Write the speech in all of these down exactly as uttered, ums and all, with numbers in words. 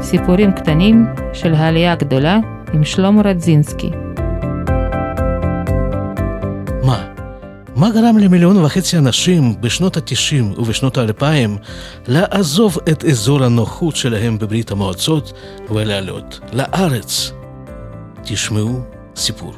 סיפורים קטנים של העלייה הגדולה עם שלמה רדזינסקי. מה? מה גרם למיליון וחצי אנשים בשנות ה-תשעים ובשנות ה-אלפיים לעזוב את אזור הנוחות שלהם בברית המועצות ולעלות לארץ? תשמעו סיפור.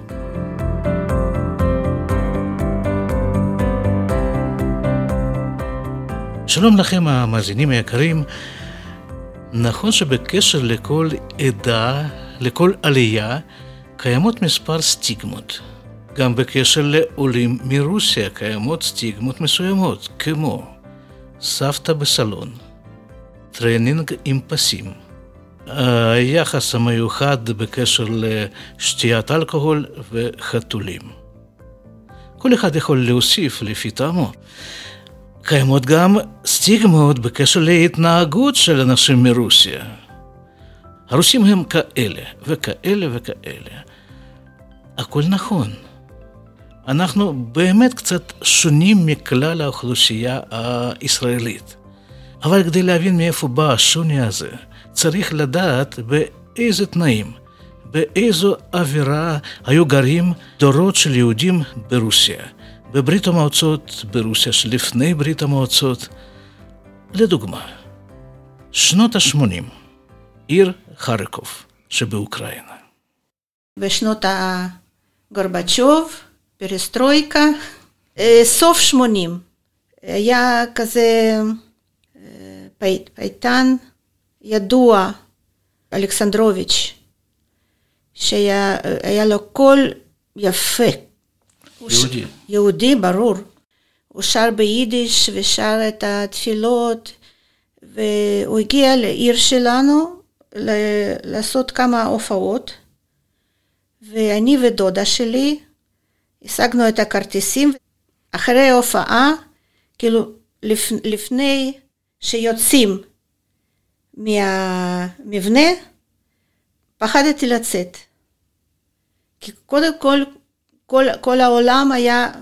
שלום לכם המאזינים היקרים. נכון שבקשר לכל עדה, לכל עלייה, קיימות מספר סטיגמות. גם בקשר לעולים מרוסיה קיימות סטיגמות מסוימות, כמו סבתא בסלון, טרנינג עם פסים, היחס המיוחד בקשר לשתיית אלכוהול וחתולים. כל אחד יכול להוסיף לפי טעמו. קיימות גם סטיגמות בקשר להתנהגות של אנשים מרוסיה. הרוסים הם כאלה וכאלה וכאלה. הכל נכון. אנחנו באמת קצת שונים מכלל האוכלוסייה הישראלית. אבל כדי להבין מאיפה בא השוני הזה, צריך לדעת באיזה תנאים, באיזו אווירה היו גרים דורות של יהודים ברוסיה. בברית המועצות, ברוסיה שלפני ברית המועצות. לדוגמה, שנות ה-שמונים, עיר חרקוב שבאוקראינה. בשנות הגורבצ'וב, פרסטרויקה, סוף שמונים, היה כזה פייטן ידוע, אלכסנדרוביץ', שהיה לו קול יפה. יהודי. יהודי, ברור. הוא שר ביידיש ושר את התפילות, והוא הגיע לעיר שלנו לעשות כמה הופעות, ואני ודודה שלי השגנו את הכרטיסים. אחרי ההופעה, כאילו לפ, לפני שיוצאים מהמבנה, פחדתי לצאת. כי קודם כל, כל, כל העולם היה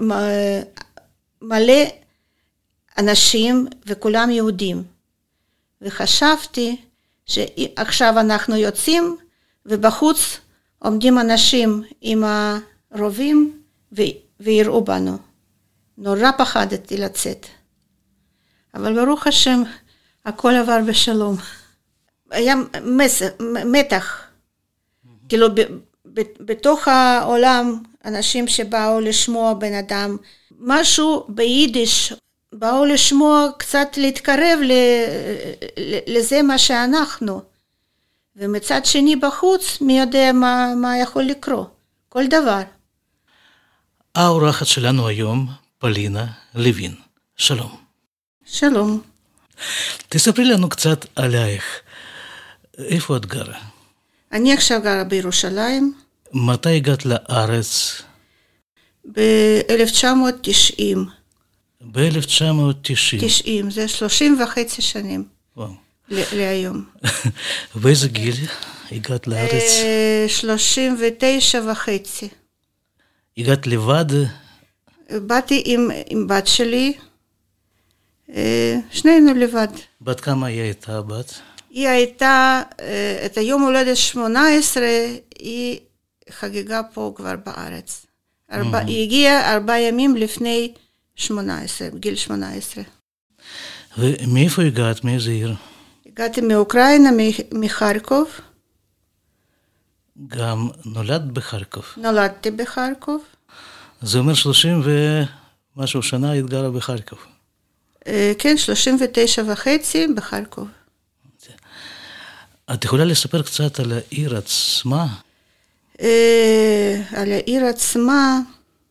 מלא אנשים וכולם יהודים. וחשבתי שעכשיו אנחנו יוצאים ובחוץ עומדים אנשים עם הרובים ויראו בנו. נורא פחדתי לצאת. אבל ברוך השם הכל עבר בשלום. היה מתח. כאילו בתוך העולם אנשים שבאו לשמוע בן אדם, משהו ביידיש, באו לשמוע קצת להתקרב לזה מה שאנחנו. ומצד שני בחוץ, מי יודע מה, מה יכול לקרוא. כל דבר. האורחת שלנו היום, פלינה לוין. שלום. שלום. תספרי לנו קצת עלייך. איפה את גרה? אני עכשיו גרה בירושלים. מתי הגעת לארץ? ב-אלף תשע מאות תשעים. ב-אלף תשע מאות תשעים. תשעים, זה שלושים וחצי שנים. וואו. להיום. באיזה גיל הגעת לארץ? שלושים ותשע וחצי. הגעת לבד? באתי עם, עם בת שלי, שנינו לבד. בת כמה היא הייתה בת? היא הייתה, את היום הולדת שמונה עשרה, היא חגגה פה כבר בארץ. ארבע, היא הגיעה ארבעה ימים לפני שמונה עשרה, גיל שמונה עשרה. ומאיפה הגעת? מאיזה עיר? הגעתי מאוקראינה, מחרקוב. גם נולדת בחרקוב? נולדתי בחרקוב. זה אומר שלושים ומשהו שנה היית גרה בחרקוב? כן, שלושים ותשע וחצי בחרקוב. את יכולה לספר קצת על העיר עצמה? על העיר עצמה,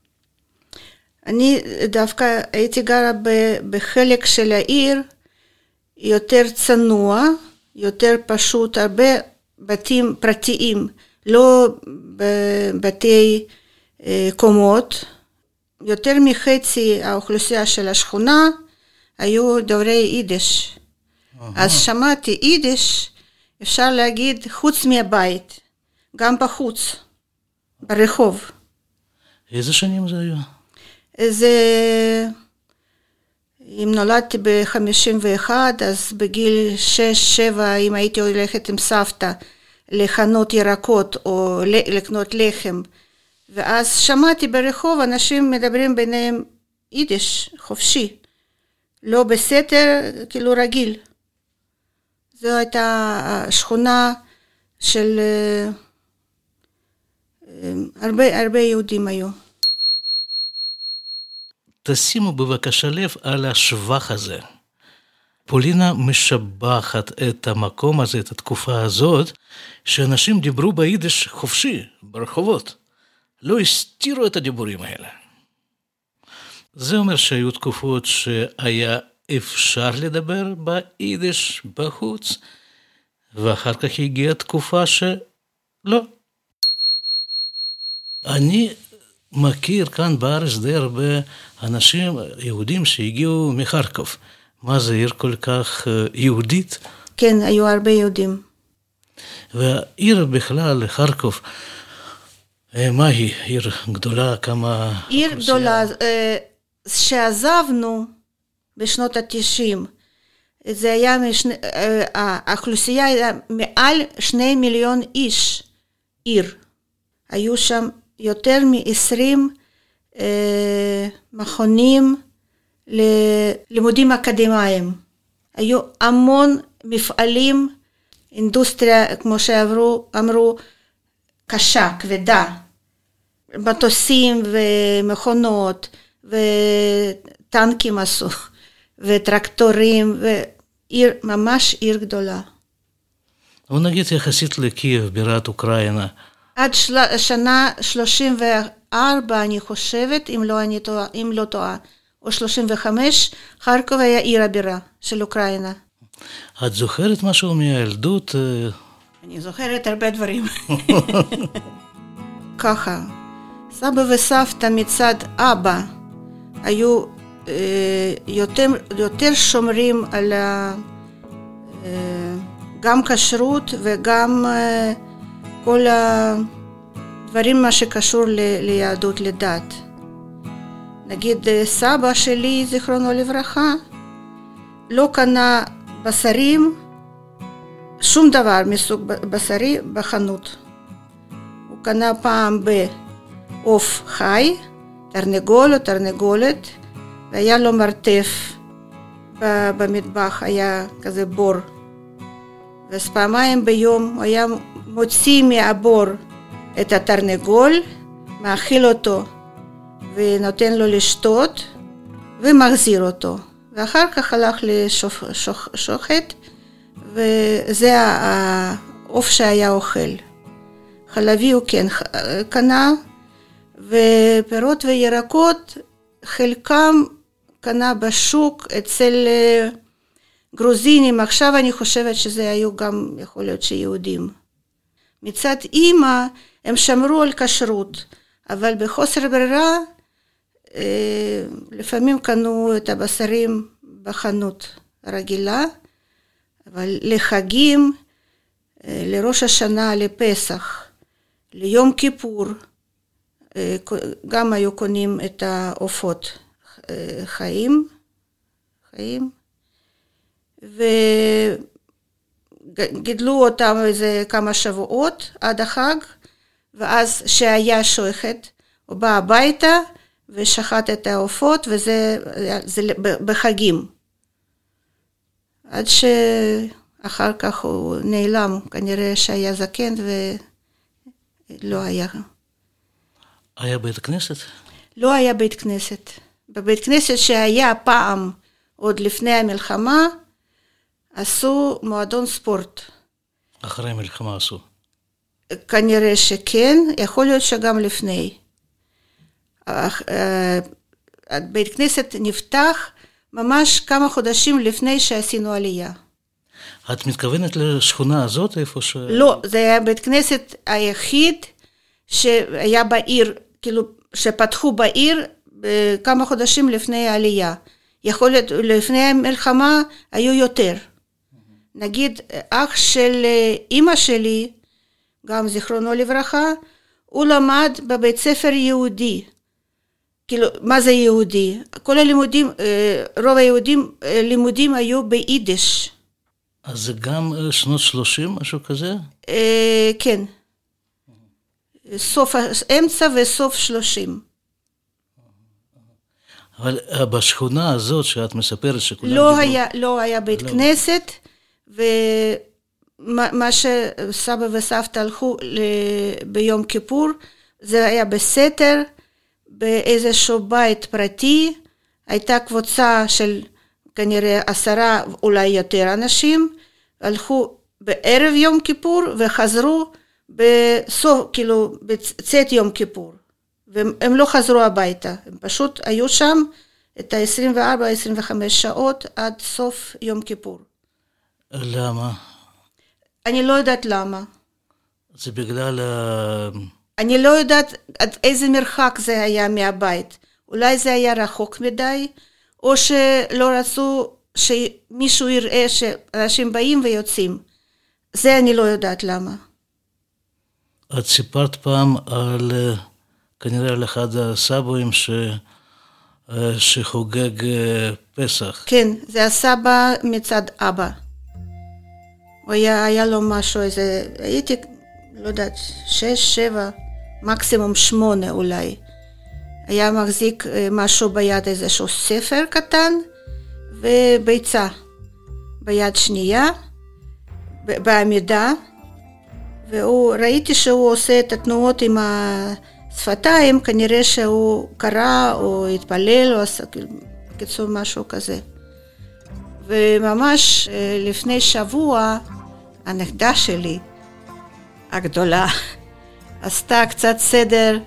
אני דווקא הייתי גרה בחלק של העיר, יותר צנוע, יותר פשוט, הרבה בתים פרטיים, לא בבתי קומות. יותר מחצי האוכלוסייה של השכונה היו דוברי יידיש. אז שמעתי יידיש, אפשר להגיד, חוץ מהבית, גם בחוץ, ברחוב. איזה שנים זה היו? זה אם נולדתי ב-חמישים ואחת, אז בגיל שש שבע, אם הייתי הולכת עם סבתא לחנות ירקות או לקנות לחם, ואז שמעתי ברחוב אנשים מדברים ביניהם יידיש, חופשי, לא בסתר, כאילו רגיל. זו הייתה שכונה של הרבה, הרבה יהודים היו. תשימו בבקשה לב על השבח הזה. פולינה משבחת את המקום הזה, את התקופה הזאת, שאנשים דיברו ביידיש חופשי, ברחובות. לא הסתירו את הדיבורים האלה. זה אומר שהיו תקופות שהיה אפשר לדבר ביידיש בחוץ, ואחר כך הגיעה תקופה שלא. אני מכיר כאן בארץ די הרבה אנשים יהודים שהגיעו מחרקוב. מה זה עיר כל כך יהודית? כן, היו הרבה יהודים. והעיר בכלל, חרקוב, מה היא? עיר גדולה, כמה... עיר גדולה, שעזבנו בשנות התשעים. זה היה, משני, האוכלוסייה היה מעל שני מיליון איש עיר. היו שם יותר מ-עשרים אה, מכונים ללימודים אקדמיים. היו המון מפעלים, אינדוסטריה, כמו שאמרו, אמרו, קשה, כבדה. מטוסים ומכונות וטנקים עשו, וטרקטורים, ועיר, ממש עיר גדולה. ונגיד יחסית לקייב, בירת אוקראינה. עד של... שנה שלושים וארבע, אני חושבת, אם לא, אני טועה, אם לא טועה, או שלושים וחמש, חרקוב היה עיר הבירה של אוקראינה. את זוכרת משהו מהילדות? אני זוכרת הרבה דברים. ככה, סבא וסבתא מצד אבא היו אה, יותר, יותר שומרים על ה, אה, גם כשרות וגם אה, כל הדברים מה שקשור ל, ליהדות לדת. נגיד סבא שלי, זיכרונו לברכה, לא קנה בשרים, שום דבר מסוג בשרי בחנות. הוא קנה פעם בעוף חי, תרנגול או תרנגולת, והיה לו מרתף במטבח, היה כזה בור. אז פעמיים ביום הוא היה מוציא מהבור את התרנגול, מאכיל אותו ונותן לו לשתות ומחזיר אותו. ואחר כך הלך לשוחט, וזה העוף שהיה אוכל. חלבי הוא כן קנה, ופירות וירקות חלקם קנה בשוק אצל גרוזינים. עכשיו אני חושבת שזה היו גם יכול להיות שיהודים. מצד אמא הם שמרו על כשרות, אבל בחוסר ברירה לפעמים קנו את הבשרים בחנות רגילה, אבל לחגים, לראש השנה, לפסח, ליום כיפור, גם היו קונים את העופות חיים, חיים, וגידלו אותם איזה כמה שבועות עד החג, ואז שהיה שוחט, הוא בא הביתה ושחט את העופות, וזה זה בחגים. עד שאחר כך הוא נעלם, כנראה שהיה זקן ולא היה. היה בית כנסת? לא היה בית כנסת. בבית כנסת שהיה פעם, עוד לפני המלחמה, עשו מועדון ספורט. אחרי המלחמה עשו? כנראה שכן, יכול להיות שגם לפני. בית כנסת נפתח ממש כמה חודשים לפני שעשינו עלייה. את מתכוונת לשכונה הזאת איפה ש... לא, זה היה בית כנסת היחיד שהיה בעיר, כאילו שפתחו בעיר כמה חודשים לפני העלייה. יכול להיות, לפני המלחמה היו יותר. נגיד, אח של אמא שלי, גם זיכרונו לברכה, הוא למד בבית ספר יהודי. כאילו, מה זה יהודי? כל הלימודים, רוב היהודים, לימודים היו ביידיש. אז זה גם שנות שלושים, משהו כזה? כן. סוף, אמצע וסוף שלושים. אבל בשכונה הזאת שאת מספרת שכולם... לא היה, לא היה בית כנסת, ומה שסבא וסבתא הלכו ביום כיפור, זה היה בסתר, באיזשהו בית פרטי, הייתה קבוצה של כנראה עשרה, אולי יותר אנשים, הלכו בערב יום כיפור וחזרו בסוף, כאילו, בצאת יום כיפור. והם לא חזרו הביתה, הם פשוט היו שם את ה-עשרים וארבע עשרים וחמש שעות עד סוף יום כיפור. למה? אני לא יודעת למה. זה בגלל... אני לא יודעת עד איזה מרחק זה היה מהבית. אולי זה היה רחוק מדי, או שלא רצו שמישהו יראה שאנשים באים ויוצאים. זה אני לא יודעת למה. את סיפרת פעם על... כנראה על אחד הסבואים ש... שחוגג פסח. כן, זה הסבא מצד אבא. הוא היה, היה לו משהו, איזה, הייתי, לא יודעת, שש, שבע, מקסימום שמונה אולי. היה מחזיק משהו ביד, איזשהו ספר קטן, וביצה ביד שנייה, בעמידה, והוא, ראיתי שהוא עושה את התנועות עם השפתיים, כנראה שהוא קרא או התפלל, או עשה, קיצור משהו כזה. וממש לפני שבוע, הנכדה שלי, הגדולה, עשתה קצת סדר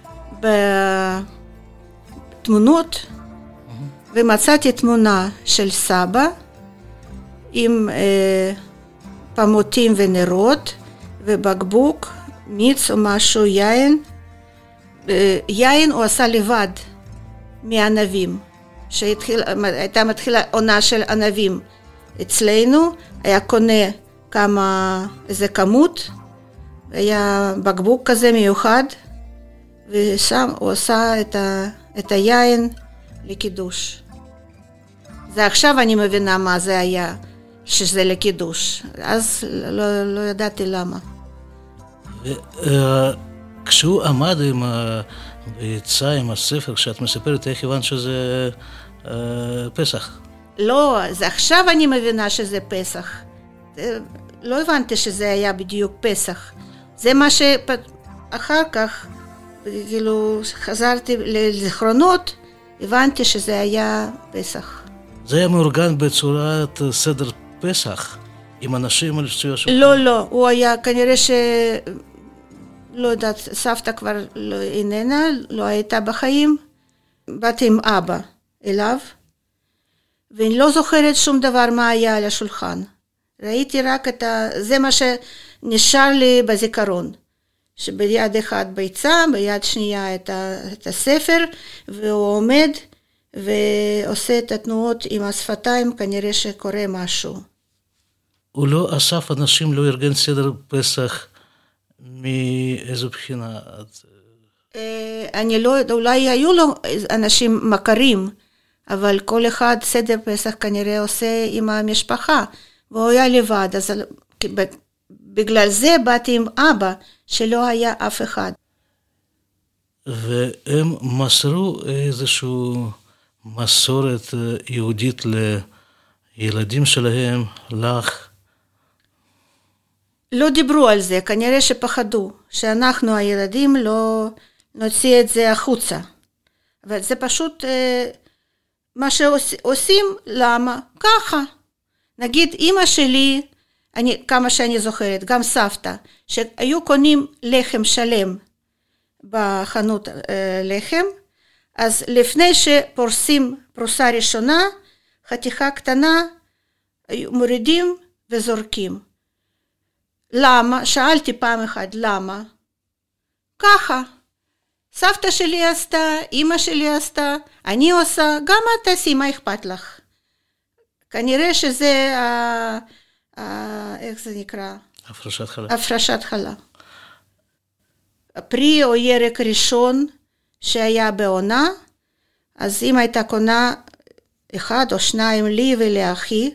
בתמונות, ומצאתי תמונה של סבא, עם אה, פמוטים ונרות, ובקבוק, מיץ או משהו, יין. אה, יין הוא עשה לבד מענבים, שהייתה מתחילה עונה של ענבים אצלנו, היה קונה כמה, איזה כמות, היה בקבוק כזה מיוחד, ושם הוא עשה את, ה, את היין לקידוש. זה עכשיו אני מבינה מה זה היה, שזה לקידוש. אז לא, לא ידעתי למה. כשהוא עמד עם הביצה, עם הספר, כשאת מספרת, איך הבנת שזה פסח? לא, זה עכשיו אני מבינה שזה פסח. לא הבנתי שזה היה בדיוק פסח. זה מה שאחר כך, כאילו, חזרתי לזיכרונות, הבנתי שזה היה פסח. זה היה מאורגן בצורת סדר פסח, עם אנשים על שצויה שלך? לא, לא, הוא היה כנראה ש... לא יודעת, סבתא כבר לא, איננה, לא הייתה בחיים. באתי עם אבא אליו, ואני לא זוכרת שום דבר מה היה על השולחן. ראיתי רק את ה... זה מה שנשאר לי בזיכרון. שביד אחד ביצה, ביד שנייה את, ה... את הספר, והוא עומד ועושה את התנועות עם השפתיים, כנראה שקורה משהו. הוא לא אסף אנשים, לא ארגן סדר פסח מאיזו בחינה? אני לא יודעת, אולי היו לו אנשים מכרים, אבל כל אחד סדר פסח כנראה עושה עם המשפחה, והוא היה לבד, אז בגלל זה באתי עם אבא, שלא היה אף אחד. והם מסרו איזשהו מסורת יהודית לילדים שלהם, לך? לא דיברו על זה, כנראה שפחדו, שאנחנו הילדים לא נוציא את זה החוצה. אבל זה פשוט מה שעושים, למה? ככה. נגיד, אמא שלי, אני, כמה שאני זוכרת, גם סבתא, שהיו קונים לחם שלם בחנות לחם, אז לפני שפורסים פרוסה ראשונה, חתיכה קטנה, מורידים וזורקים. למה? שאלתי פעם אחת, למה? ככה. סבתא שלי עשתה, אמא שלי עשתה, אני עושה, גם את תעשי, מה אכפת לך? כנראה שזה, ה, ה, איך זה נקרא? הפרשת חלה. הפרשת חלה. הפרי או ירק ראשון שהיה בעונה, אז אמא הייתה קונה אחד או שניים לי ולאחי,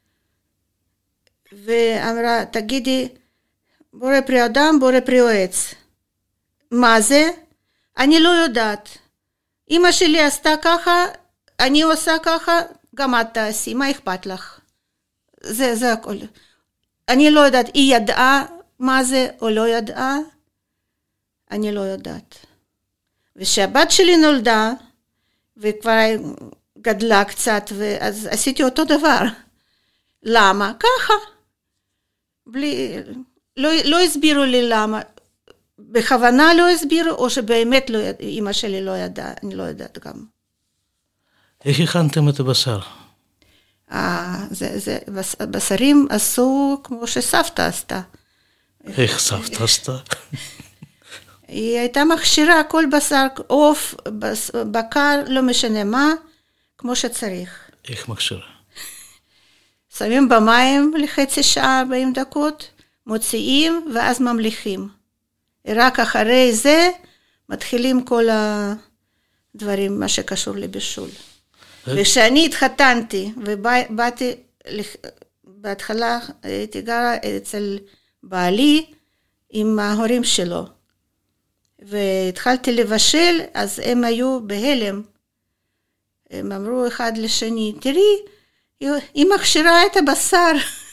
ואמרה, תגידי, בורא פרי אדם, בורא פרי עץ. מה זה? אני לא יודעת. אמא שלי עשתה ככה, אני עושה ככה, גם את תעשי, מה אכפת לך? זה, זה הכל. אני לא יודעת, היא ידעה מה זה או לא ידעה, אני לא יודעת. ושהבת שלי נולדה, וכבר גדלה קצת, אז עשיתי אותו דבר. למה? ככה. בלי, לא, לא הסבירו לי למה. בכוונה לא הסבירו, או שבאמת לא, אמא שלי לא ידעה, אני לא יודעת גם. איך הכנתם את הבשר? אה, זה, זה, בשרים עשו כמו שסבתא עשתה. איך סבתא עשתה? היא הייתה מכשירה כל בשר, עוף, בקר, לא משנה מה, כמו שצריך. איך מכשירה? שמים במים לחצי שעה, ארבעים דקות, מוציאים ואז ממליכים. רק אחרי זה מתחילים כל הדברים, מה שקשור לבישול. וכשאני התחתנתי ובאתי, בהתחלה הייתי גרה אצל בעלי עם ההורים שלו. והתחלתי לבשל, אז הם היו בהלם. הם אמרו אחד לשני, תראי, היא מכשירה את הבשר.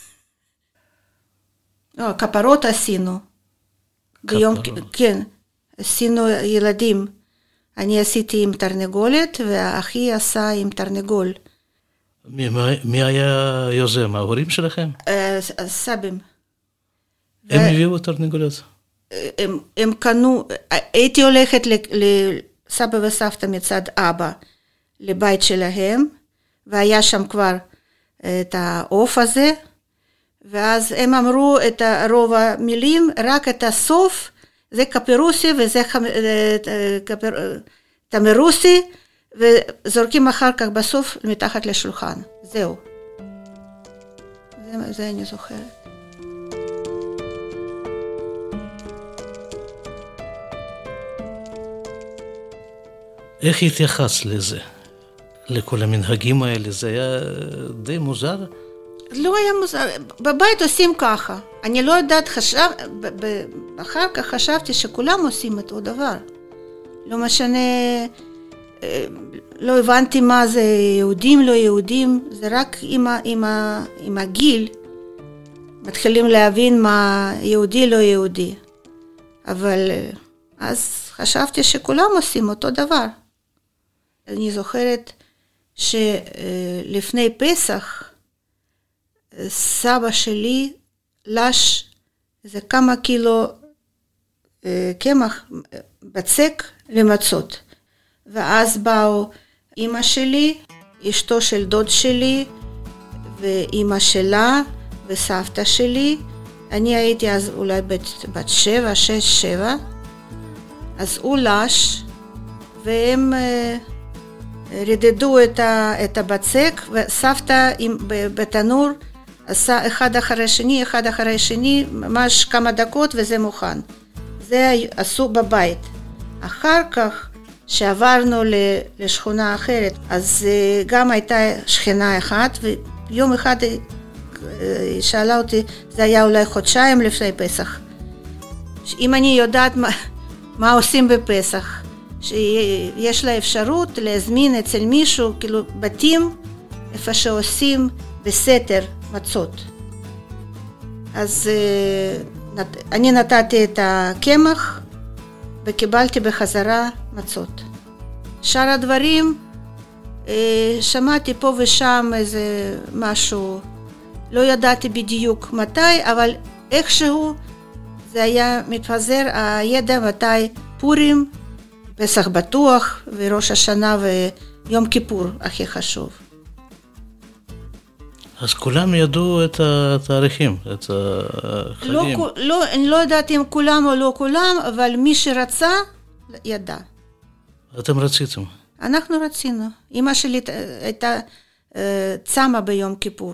לא, כפרות עשינו. ביום, כן, עשינו ילדים. אני עשיתי עם תרנגולת, והאחי עשה עם תרנגול. מי, מי היה יוזם? ההורים שלכם? סבים. הם הביאו תרנגולות? הם, הם קנו, הייתי הולכת לסבא וסבתא מצד אבא, לבית שלהם, והיה שם כבר את העוף הזה, ואז הם אמרו את רוב המילים, רק את הסוף, זה קפירוסי וזה תמרוסי, וזורקים אחר כך בסוף מתחת לשולחן. זהו. זה, זה אני זוכרת. איך התייחס לזה? לכל המנהגים האלה? זה היה די מוזר? לא היה מוזר. בבית עושים ככה. אני לא יודעת, חשב, אחר כך חשבתי שכולם עושים אותו דבר. לא משנה, לא הבנתי מה זה יהודים, לא יהודים. זה רק עם, עם, עם הגיל מתחילים להבין מה יהודי, לא יהודי. אבל אז חשבתי שכולם עושים אותו דבר. אני זוכרת שלפני פסח, סבא שלי לש איזה כמה קילו קמח בצק למצות. ואז באו אמא שלי, אשתו של דוד שלי, ואמא שלה, וסבתא שלי. אני הייתי אז אולי בת, בת שבע, שש, שבע. אז הוא לש, והם רדדו את, ה, את הבצק, וסבתא עם, בתנור עשה אחד אחרי שני, אחד אחרי שני, ממש כמה דקות וזה מוכן. זה עשו בבית. אחר כך, שעברנו לשכונה אחרת, אז גם הייתה שכנה אחת, ויום אחד היא שאלה אותי, זה היה אולי חודשיים לפני פסח, אם אני יודעת מה, מה עושים בפסח, שיש לה אפשרות להזמין אצל מישהו, כאילו בתים, איפה שעושים בסתר מצות. אז אני נתתי את הקמח, וקיבלתי בחזרה מצות. שאר הדברים, שמעתי פה ושם איזה משהו, לא ידעתי בדיוק מתי, אבל איכשהו זה היה מתפזר הידע מתי פורים, פסח בטוח, וראש השנה ויום כיפור הכי חשוב. אז כולם ידעו את התאריכים, את החגים. לא, לא, אני לא יודעת אם כולם או לא כולם, אבל מי שרצה, ידע. אתם רציתם? אנחנו רצינו. אמא שלי הייתה צמה ביום כיפור.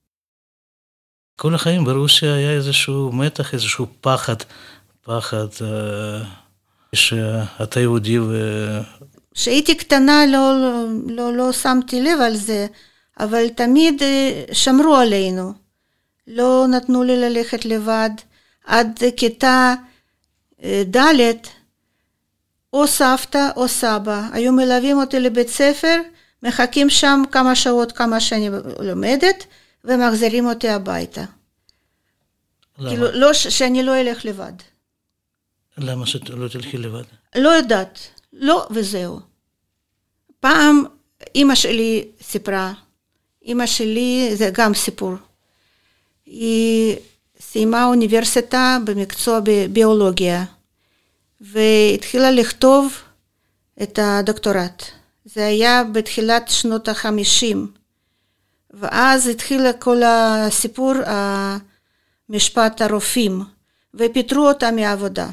כל החיים ברוסיה היה איזשהו מתח, איזשהו פחד, פחד שאתה יהודי כשהייתי קטנה לא, לא, לא, לא שמתי לב על זה, אבל תמיד שמרו עלינו. לא נתנו לי ללכת לבד, עד כיתה ד' או סבתא או סבא. היו מלווים אותי לבית ספר, מחכים שם כמה שעות, כמה שאני לומדת, ומחזירים אותי הביתה. למה? כאילו, לא, שאני לא אלך לבד. למה שלא תלכי לבד? לא יודעת, לא וזהו. פעם אמא שלי סיפרה, אמא שלי זה גם סיפור. היא סיימה אוניברסיטה במקצוע בביולוגיה, והתחילה לכתוב את הדוקטורט. זה היה בתחילת שנות החמישים, ואז התחילה כל הסיפור המשפט הרופאים, ופיטרו אותה מעבודה.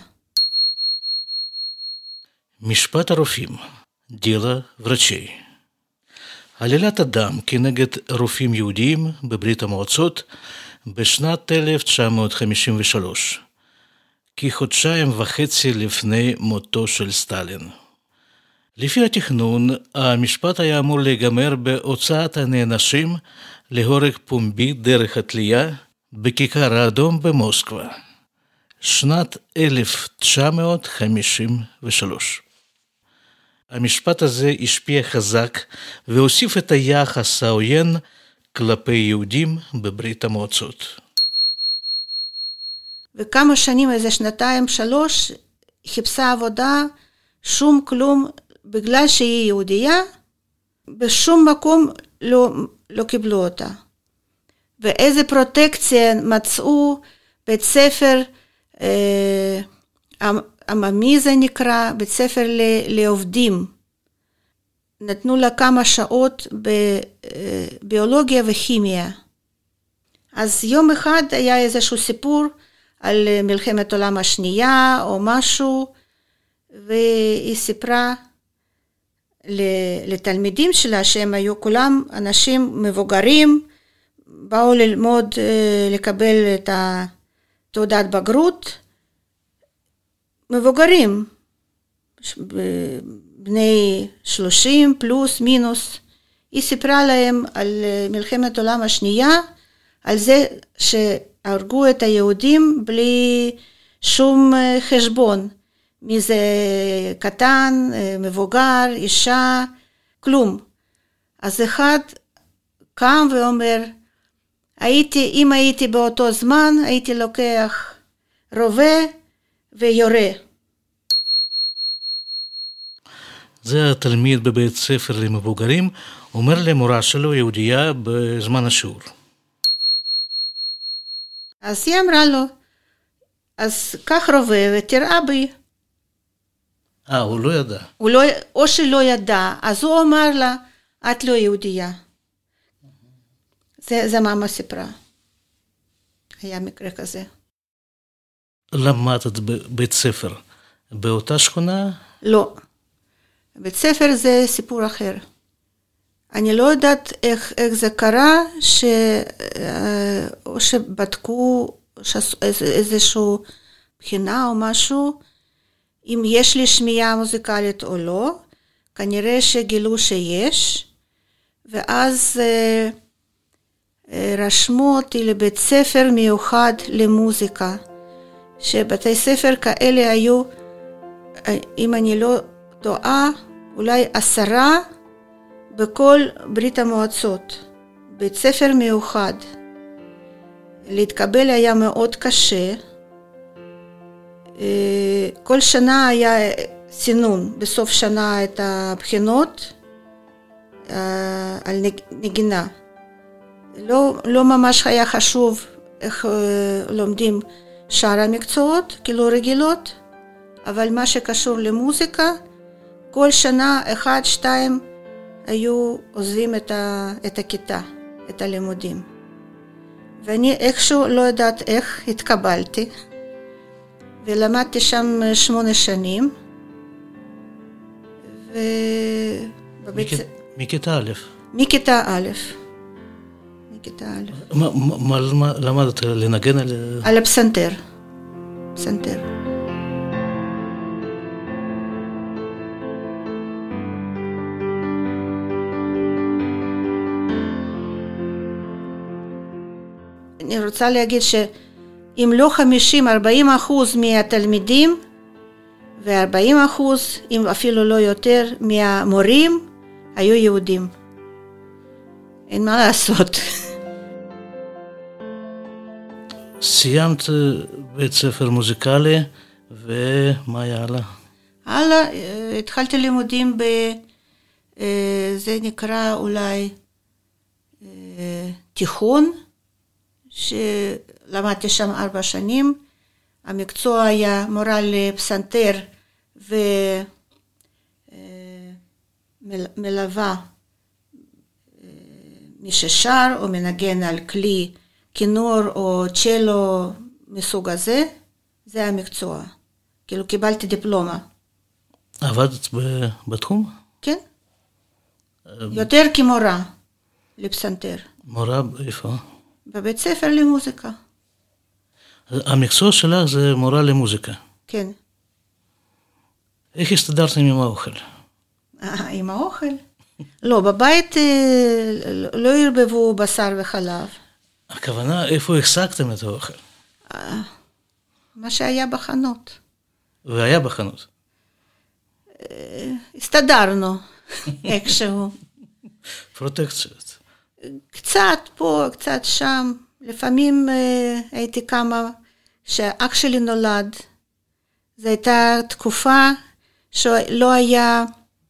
משפט הרופאים, דילה ורצ'י. עלילת הדם כנגד רופאים יהודים בברית המועצות בשנת אלף תשע מאות חמישים ושלוש, כחודשיים וחצי לפני מותו של סטלין. לפי התכנון, המשפט היה אמור להיגמר בהוצאת הנאנשים להורג פומבי דרך התלייה בכיכר האדום במוסקבה, שנת אלף תשע מאות חמישים ושלוש. המשפט הזה השפיע חזק והוסיף את היחס העוין כלפי יהודים בברית המועצות. וכמה שנים, איזה שנתיים, שלוש, חיפשה עבודה, שום כלום, בגלל שהיא יהודייה, בשום מקום לא, לא קיבלו אותה. ואיזה פרוטקציה מצאו, בית ספר, אה, עממי זה נקרא, בית ספר לעובדים. נתנו לה כמה שעות בביולוגיה וכימיה. אז יום אחד היה איזשהו סיפור על מלחמת העולם השנייה או משהו, והיא סיפרה לתלמידים שלה שהם היו כולם אנשים מבוגרים, באו ללמוד, לקבל את תעודת בגרות, מבוגרים, בני שלושים פלוס מינוס. היא סיפרה להם על מלחמת העולם השנייה, על זה שהרגו את היהודים בלי שום חשבון, מי זה קטן, מבוגר, אישה, כלום. אז אחד קם ואומר, הייתי, אם הייתי באותו זמן, הייתי לוקח רובה ויורה. זה התלמיד בבית ספר למבוגרים, אומר למורה שלו יהודייה בזמן השיעור. אז היא אמרה לו, אז קח רובה ותראה בי. אה, הוא לא ידע. הוא לא, או שלא ידע, אז הוא אמר לה, את לא יהודייה. זה, זה מאמא סיפרה. היה מקרה כזה. למדת בבית ספר באותה שכונה? לא. בית ספר זה סיפור אחר. אני לא יודעת איך, איך זה קרה, ש... או שבדקו איזשהו בחינה או משהו, אם יש לי שמיעה מוזיקלית או לא, כנראה שגילו שיש, ואז אה, אה, רשמו אותי לבית ספר מיוחד למוזיקה, שבתי ספר כאלה היו, אם אני לא טועה, אולי עשרה בכל ברית המועצות, בית ספר מיוחד. להתקבל היה מאוד קשה, כל שנה היה סינון, בסוף שנה את הבחינות על נגינה. לא, לא ממש היה חשוב איך לומדים שאר המקצועות, כאילו רגילות, אבל מה שקשור למוזיקה, כל שנה אחד, שתיים, היו עוזבים את, ה, את הכיתה, את הלימודים. ואני איכשהו לא יודעת איך התקבלתי, ולמדתי שם שמונה שנים. ובבית... מכיתה א'. מכיתה א'. מכיתה א'. מה, מה, מה למדת לנגן על... על הפסנתר. פסנתר. אני רוצה להגיד שאם לא חמישים, ארבעים אחוז מהתלמידים, ו-ארבעים אחוז, אם אפילו לא יותר, מהמורים היו יהודים. אין מה לעשות. סיימת בית ספר מוזיקלי, ומה היה הלאה? הלאה, התחלתי לימודים ב... זה נקרא אולי תיכון, שלמדתי שם ארבע שנים. המקצוע היה מורה לפסנתר ומלווה מי ששר או מנגן על כלי כינור או צ'לו מסוג הזה. זה המקצוע. כאילו קיבלתי דיפלומה. עבדת בתחום? כן. יותר כמורה לפסנתר. מורה איפה? בבית ספר למוזיקה. המקצוע שלך זה מורה למוזיקה. כן. איך הסתדרתם עם האוכל? עם האוכל? לא, בבית לא הרבבו בשר וחלב. הכוונה, איפה החזקתם את האוכל? מה שהיה בחנות. והיה בחנות? הסתדרנו, איכשהו. פרוטקציות. קצת פה, קצת שם. לפעמים הייתי כמה, שאח שלי נולד. זו הייתה תקופה שלא היה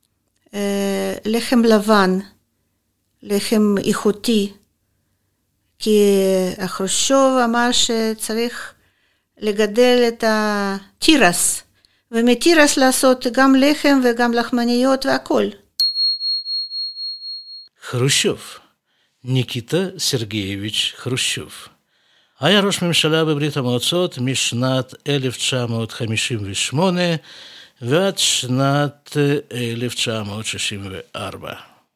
לחם לבן, לחם איכותי. כי החרושוב אמר שצריך לגדל את הטירס, ומטירס לעשות גם לחם וגם לחמניות והכל. חרושוב, ניקיטה סרגייביץ' חרושוב. היה ראש ממשלה בברית המועצות משנת אלף תשע מאות חמישים ושמונה ועד שנת אלף תשע מאות שישים וארבע.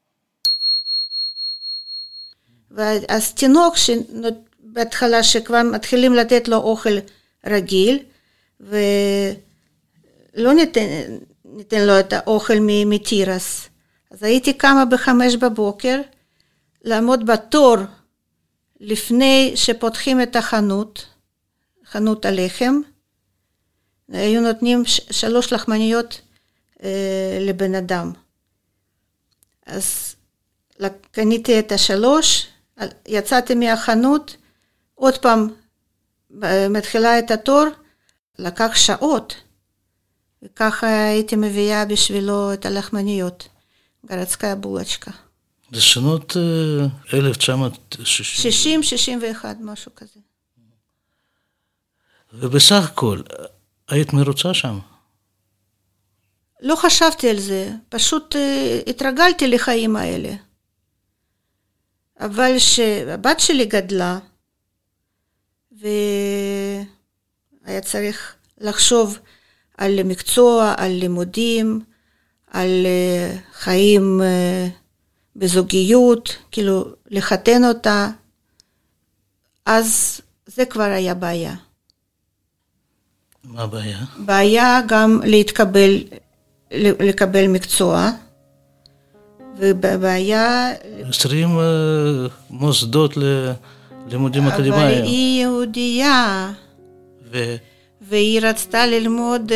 אז תינוק שבהתחלה שכבר מתחילים לתת לו אוכל רגיל, ולא ניתן, ניתן לו את האוכל מטירס. אז הייתי קמה בחמש בבוקר, לעמוד בתור לפני שפותחים את החנות, חנות הלחם. היו נותנים שלוש לחמניות אה, לבן אדם. אז קניתי את השלוש, יצאתי מהחנות, עוד פעם מתחילה את התור, לקח שעות, וככה הייתי מביאה בשבילו את הלחמניות, גרצקה בולצ'קה. זה שנות אלף תשע מאות שישים? שישים, שישים ואחת, משהו כזה. ובסך הכל, היית מרוצה שם? לא חשבתי על זה, פשוט התרגלתי לחיים האלה. אבל שהבת שלי גדלה, והיה צריך לחשוב על מקצוע, על לימודים, על חיים בזוגיות, כאילו לחתן אותה, אז זה כבר היה בעיה. מה הבעיה? בעיה גם להתקבל, לקבל מקצוע, ובעיה... עשרים מוסדות ללימודים אקדמיים. אבל היא יהודייה, ו... והיא רצתה ללמוד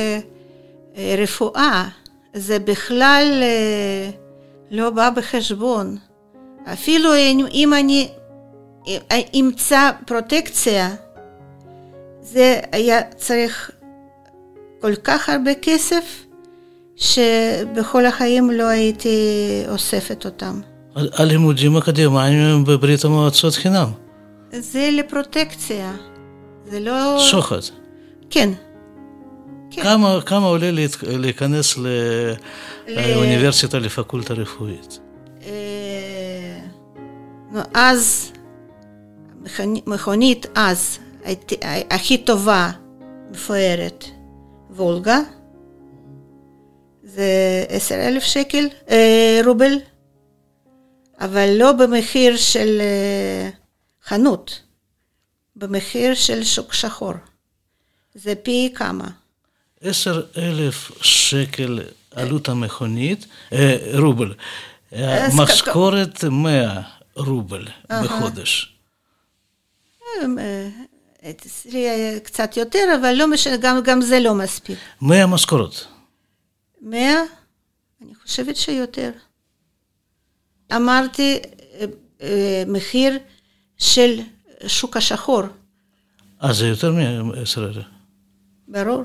רפואה. זה בכלל לא בא בחשבון. אפילו אם אני אמצא פרוטקציה, זה היה צריך כל כך הרבה כסף, שבכל החיים לא הייתי אוספת אותם. הלימודים אקדמיים בברית המועצות חינם? זה לפרוטקציה. זה לא... שוחד? כן. כן. כמה, כמה עולה להיכנס לאוניברסיטה, לפקולטה רפואית? אז, מכונית אז, הכי טובה, מפוארת, וולגה, זה עשר אלף שקל, רובל, אבל לא במחיר של חנות, במחיר של שוק שחור. זה פי כמה. עשר אלף שקל עלות המכונית, רובל, משכורת מאה רובל בחודש. אצלי קצת יותר, אבל לא משנה, גם, גם זה לא מספיק. מאה משכורות. מאה? אני חושבת שיותר. אמרתי, מחיר של שוק השחור. אז זה יותר מעשר אלף. ברור.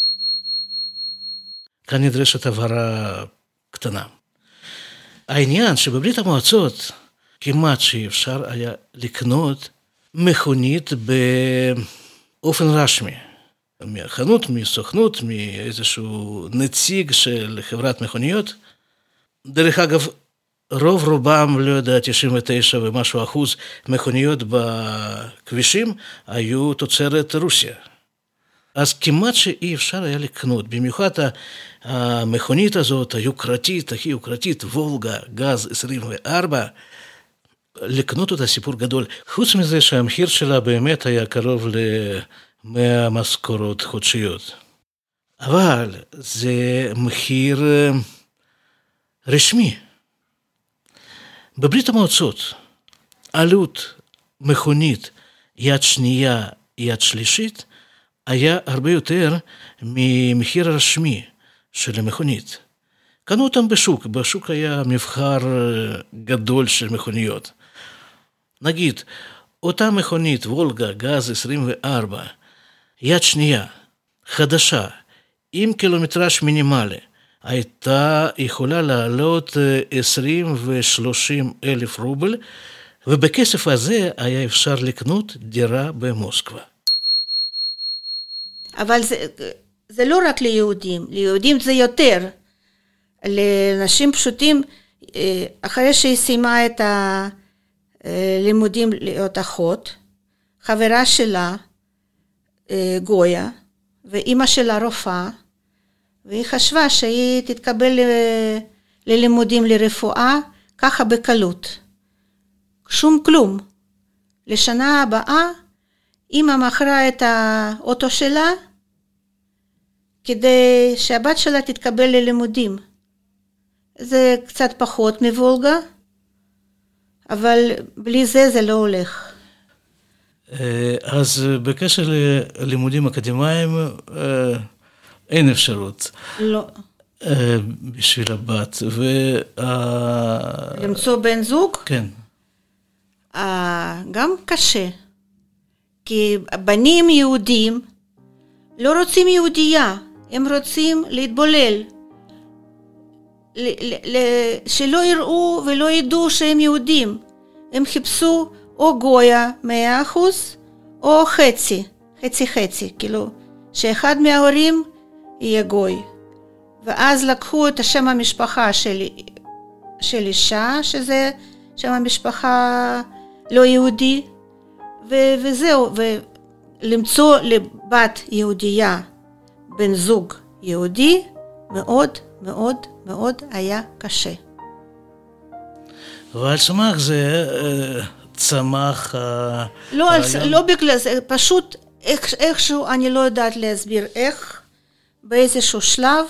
כאן נדרשת הבהרה קטנה. העניין שבברית המועצות כמעט שאפשר היה לקנות מכונית באופן רשמי. מהחנות, מסוכנות, מאיזשהו נציג של חברת מכוניות. דרך אגב, רוב רובם, לא יודע, תשעים ותשע ומשהו אחוז מכוניות בכבישים היו תוצרת רוסיה. אז כמעט שאי אפשר היה לקנות, במיוחד המכונית הזאת, היוקרתית, הכי יוקרתית, וולגה, גז עשרים וארבע, לקנות אותה סיפור גדול. חוץ מזה שהמחיר שלה באמת היה קרוב ל-מאה משכורות חודשיות. אבל זה מחיר רשמי. בברית המועצות, עלות מכונית יד שנייה, יד שלישית, היה הרבה יותר ממחיר הרשמי של המכונית. קנו אותם בשוק, בשוק היה מבחר גדול של מכוניות. נגיד, אותה מכונית, וולגה, גז עשרים וארבע, יד שנייה, חדשה, עם קילומטראז' מינימלי, הייתה יכולה לעלות עשרים ושלושים אלף רובל, ובכסף הזה היה אפשר לקנות דירה במוסקבה. אבל זה, זה לא רק ליהודים, ליהודים זה יותר. לאנשים פשוטים, אחרי שהיא סיימה את הלימודים להיות אחות, חברה שלה, גויה, ואימא שלה רופאה, והיא חשבה שהיא תתקבל ללימודים לרפואה, ככה בקלות. שום כלום. לשנה הבאה, אימא מכרה את האוטו שלה, כדי שהבת שלה תתקבל ללימודים. זה קצת פחות מוולגה, אבל בלי זה זה לא הולך. אז בקשר ללימודים אקדמיים, אין אפשרות. לא. בשביל הבת. למצוא בן זוג? כן. גם קשה. כי בנים יהודים לא רוצים יהודייה, הם רוצים להתבולל. שלא יראו ולא ידעו שהם יהודים. הם חיפשו או גויה מאה אחוז, או חצי, חצי חצי, כאילו, שאחד מההורים יהיה גוי. ואז לקחו את השם המשפחה של, של אישה, שזה שם המשפחה לא יהודי, ו- וזהו, ולמצוא לבת יהודייה, בן זוג יהודי, מאוד מאוד מאוד היה קשה. ועל סמך זה צמח לא, על, לא בגלל זה, פשוט איך, איכשהו, אני לא יודעת להסביר איך, באיזשהו שלב,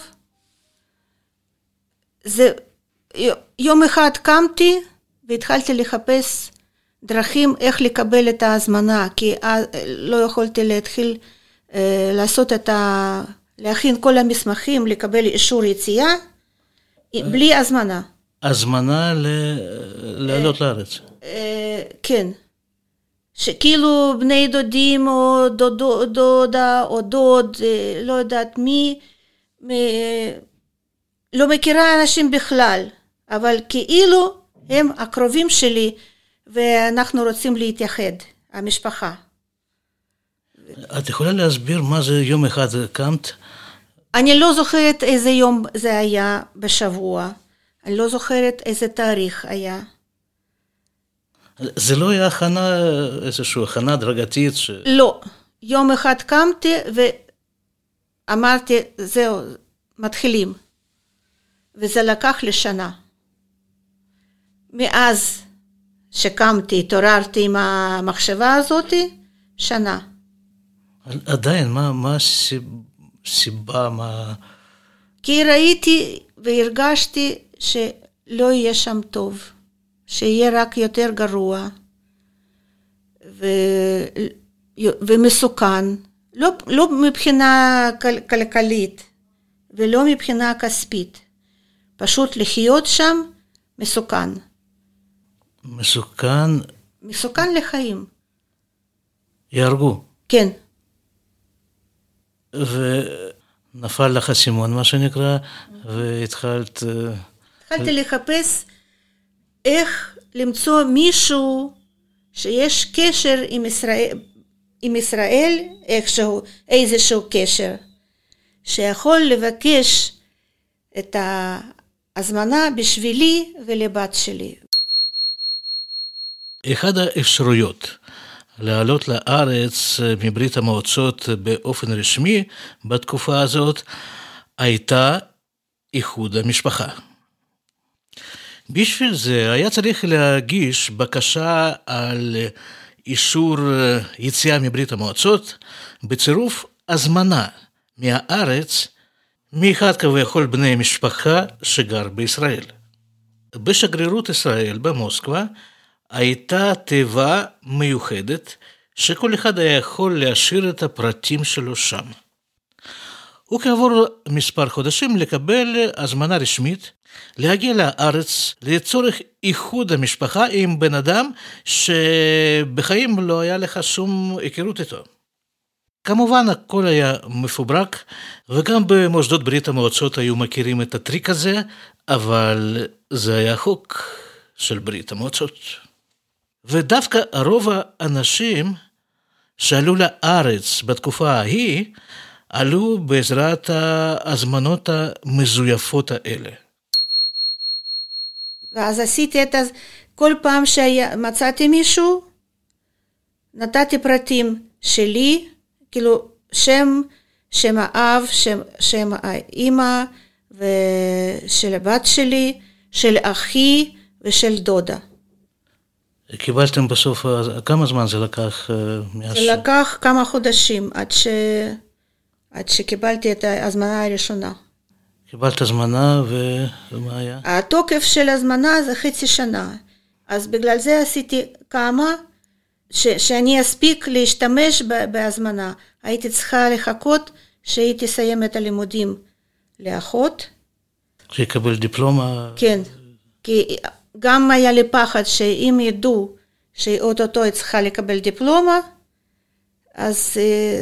זה, יום אחד קמתי והתחלתי לחפש דרכים איך לקבל את ההזמנה, כי לא יכולתי להתחיל אה, לעשות את ה... להכין כל המסמכים, לקבל אישור יציאה, בלי הזמנה. הזמנה לעלות לארץ. כן. שכאילו בני דודים או דודה או דוד, לא יודעת מי, לא מכירה אנשים בכלל, אבל כאילו הם הקרובים שלי, ואנחנו רוצים להתייחד, המשפחה. את יכולה להסביר מה זה יום אחד קמת? אני לא זוכרת איזה יום זה היה בשבוע. אני לא זוכרת איזה תאריך היה. זה לא היה הכנה, איזושהי הכנה דרגתית? ש... לא. יום אחד קמתי ואמרתי, זהו, מתחילים. וזה לקח לשנה. מאז שקמתי, התעוררתי עם המחשבה הזאת, שנה. עדיין, מה, מה הסיבה, מה... כי ראיתי והרגשתי שלא יהיה שם טוב, שיהיה רק יותר גרוע. ו... ומסוכן, לא, לא מבחינה כל... כלכלית, ולא מבחינה כספית. פשוט לחיות שם מסוכן. מסוכן? מסוכן לחיים. יהרגו? כן. ונפל לך סימון, מה שנקרא, והתחלת... התחלתי לחפש איך למצוא מישהו שיש קשר עם ישראל, עם ישראל איכשהו, איזשהו קשר, שיכול לבקש את ההזמנה בשבילי ולבת שלי. אחד האפשרויות לעלות לארץ מברית המועצות באופן רשמי בתקופה הזאת הייתה איחוד המשפחה. בשביל זה היה צריך להגיש בקשה על אישור יציאה מברית המועצות בצירוף הזמנה מהארץ מאחד כביכול בני משפחה שגר בישראל. בשגרירות ישראל במוסקבה הייתה תיבה מיוחדת שכל אחד היה יכול להשאיר את הפרטים שלו שם. וכעבור מספר חודשים לקבל הזמנה רשמית להגיע לארץ לצורך איחוד המשפחה עם בן אדם שבחיים לא היה לך שום היכרות איתו. כמובן הכל היה מפוברק, וגם במוסדות ברית המועצות היו מכירים את הטריק הזה, אבל זה היה חוק של ברית המועצות. ודווקא רוב האנשים שעלו לארץ בתקופה ההיא, עלו בעזרת ההזמנות המזויפות האלה. ואז עשיתי את זה, כל פעם שמצאתי מישהו, נתתי פרטים שלי, כאילו שם, שם האב, שם, שם האמא, ושל הבת שלי, של אחי ושל דודה. קיבלתם בסוף, כמה זמן זה לקח? זה לקח כמה חודשים עד, ש... עד שקיבלתי את ההזמנה הראשונה. קיבלת הזמנה ומה היה? התוקף של הזמנה זה חצי שנה. אז בגלל זה עשיתי כמה ש... שאני אספיק להשתמש בהזמנה. הייתי צריכה לחכות שהייתי סיים את הלימודים לאחות. שיקבל דיפלומה? כן, כי גם היה לי פחד שאם ידעו שאו-טו-טו היא צריכה לקבל דיפלומה, אז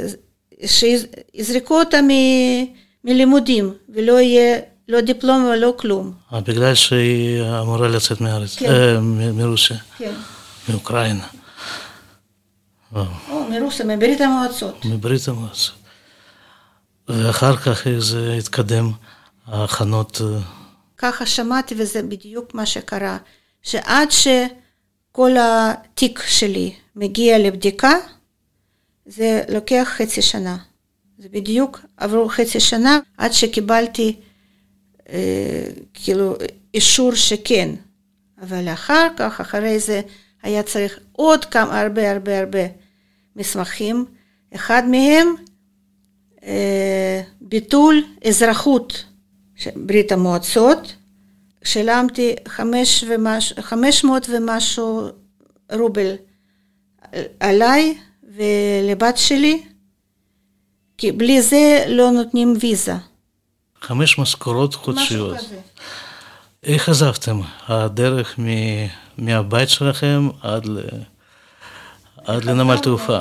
שיזרקו אותה מ... מלימודים, ולא יהיה לא דיפלומה ולא כלום. בגלל שהיא אמורה לצאת מארץ, כן. אה, מרוסיה, כן. מאוקראינה. או, מרוסיה, מברית המועצות. מברית המועצות. ואחר כך זה התקדם, ההכנות. ככה שמעתי, וזה בדיוק מה שקרה, שעד שכל התיק שלי מגיע לבדיקה, זה לוקח חצי שנה. זה בדיוק עברו חצי שנה, עד שקיבלתי אה, כאילו אישור שכן. אבל אחר כך, אחרי זה, היה צריך עוד כמה, הרבה הרבה הרבה מסמכים. אחד מהם, אה, ביטול אזרחות ברית המועצות. שילמתי חמש, ומש, חמש מאות ומשהו רובל עליי ולבת שלי, כי בלי זה לא נותנים ויזה. חמש משכורות חודשיות. משהו כזה. איך עזבתם? הדרך מ... מהבית שלכם עד, ל... עד לנמל תעופה?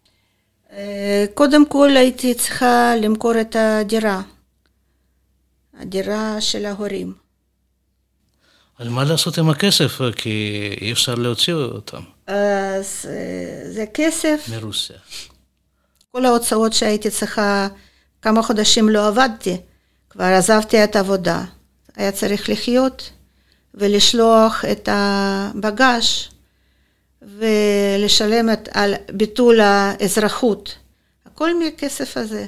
קודם כל הייתי צריכה למכור את הדירה. הדירה של ההורים. אבל מה לעשות עם הכסף? כי אי אפשר להוציא אותם. אז זה כסף. מרוסיה. כל ההוצאות שהייתי צריכה, כמה חודשים לא עבדתי. כבר עזבתי את העבודה. היה צריך לחיות ולשלוח את הבגש ולשלם את, על ביטול האזרחות. הכל מכסף הזה.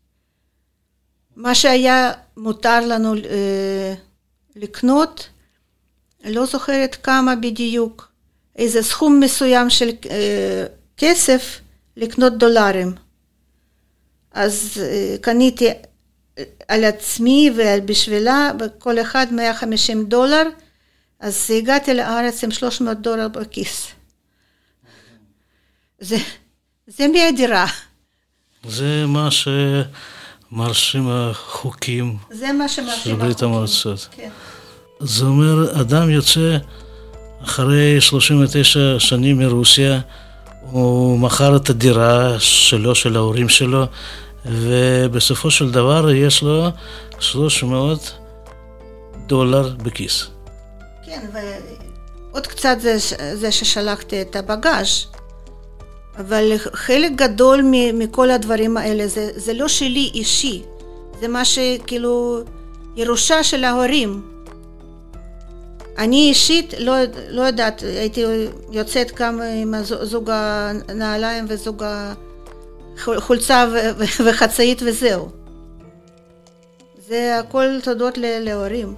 מה שהיה מותר לנו אה, לקנות, לא זוכרת כמה בדיוק, איזה סכום מסוים של אה, כסף לקנות דולרים. אז אה, קניתי על עצמי ובשבילה, בכל אחד מאה וחמישים דולר, אז הגעתי לארץ עם שלוש מאות דולר בכיס. זה, זה מהדירה. זה מה שמרשים החוקים זה מה שמרשים של ברית החוקים. המועצות. כן. זה אומר, אדם יוצא אחרי שלושים ותשע שנים מרוסיה, הוא מכר את הדירה שלו, של ההורים שלו, ובסופו של דבר יש לו שלוש מאות דולר בכיס. כן, ועוד קצת זה, זה ששלחתי את הבגאז', אבל חלק גדול מכל הדברים האלה זה, זה לא שלי אישי, זה מה שכאילו ירושה של ההורים. אני אישית לא, לא יודעת, הייתי יוצאת כמה עם זוג הנעליים וזוג החולצה וחצאית וזהו. זה הכל תודות להורים.